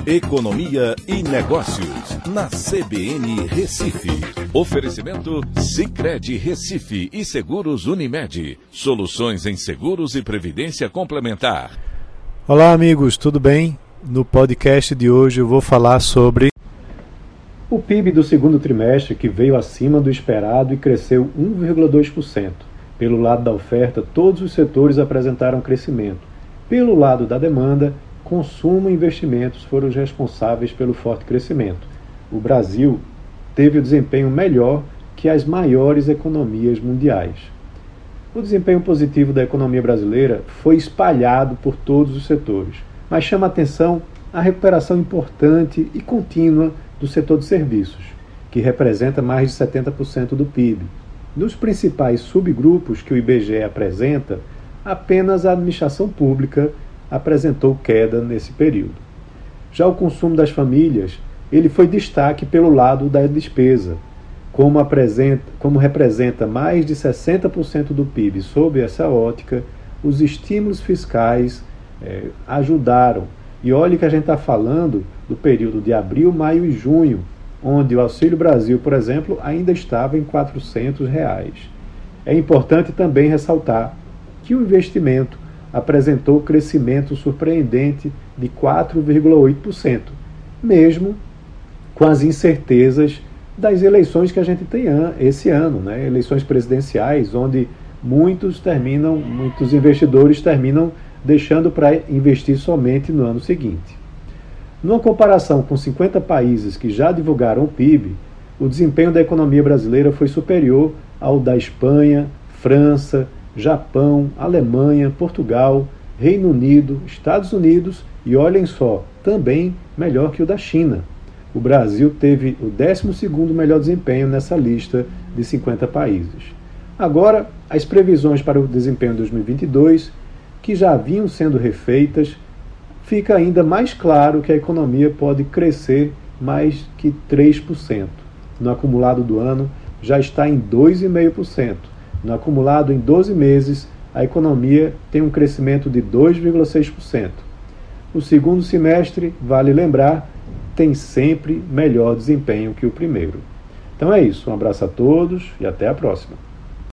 Economia e Negócios, na CBN Recife. Oferecimento Sicredi Recife e Seguros Unimed. Soluções em seguros e previdência complementar. Olá amigos, tudo bem? No podcast de hoje eu vou falar sobre o PIB do segundo trimestre, que veio acima do esperado e cresceu 1,2%. Pelo lado da oferta, todos os setores apresentaram crescimento. Pelo lado da demanda, consumo e investimentos foram os responsáveis pelo forte crescimento. O Brasil teve o desempenho melhor que as maiores economias mundiais. O desempenho positivo da economia brasileira foi espalhado por todos os setores, mas chama a atenção a recuperação importante e contínua do setor de serviços, que representa mais de 70% do PIB. Nos principais subgrupos que o IBGE apresenta, apenas a administração pública apresentou queda nesse período. Já o consumo das famílias, ele foi destaque pelo lado da despesa. Como representa mais de 60% do PIB sob essa ótica, os estímulos fiscais ajudaram. E olha que a gente está falando do período de abril, maio e junho, onde o Auxílio Brasil, por exemplo, ainda estava em R$ 400. É importante também ressaltar que o investimento apresentou crescimento surpreendente de 4,8%, mesmo com as incertezas das eleições que a gente tem esse ano, né? Eleições presidenciais, onde muitos investidores terminam deixando para investir somente no ano seguinte. Numa comparação com 50 países que já divulgaram o PIB, o desempenho da economia brasileira foi superior ao da Espanha, França, Japão, Alemanha, Portugal, Reino Unido, Estados Unidos e, olhem só, também melhor que o da China. O Brasil teve o 12º melhor desempenho nessa lista de 50 países. Agora, as previsões para o desempenho de 2022, que já vinham sendo refeitas, fica ainda mais claro que a economia pode crescer mais que 3%. No acumulado do ano, já está em 2,5%. No acumulado em 12 meses, a economia tem um crescimento de 2,6%. O segundo semestre, vale lembrar, tem sempre melhor desempenho que o primeiro. Então é isso, um abraço a todos e até a próxima.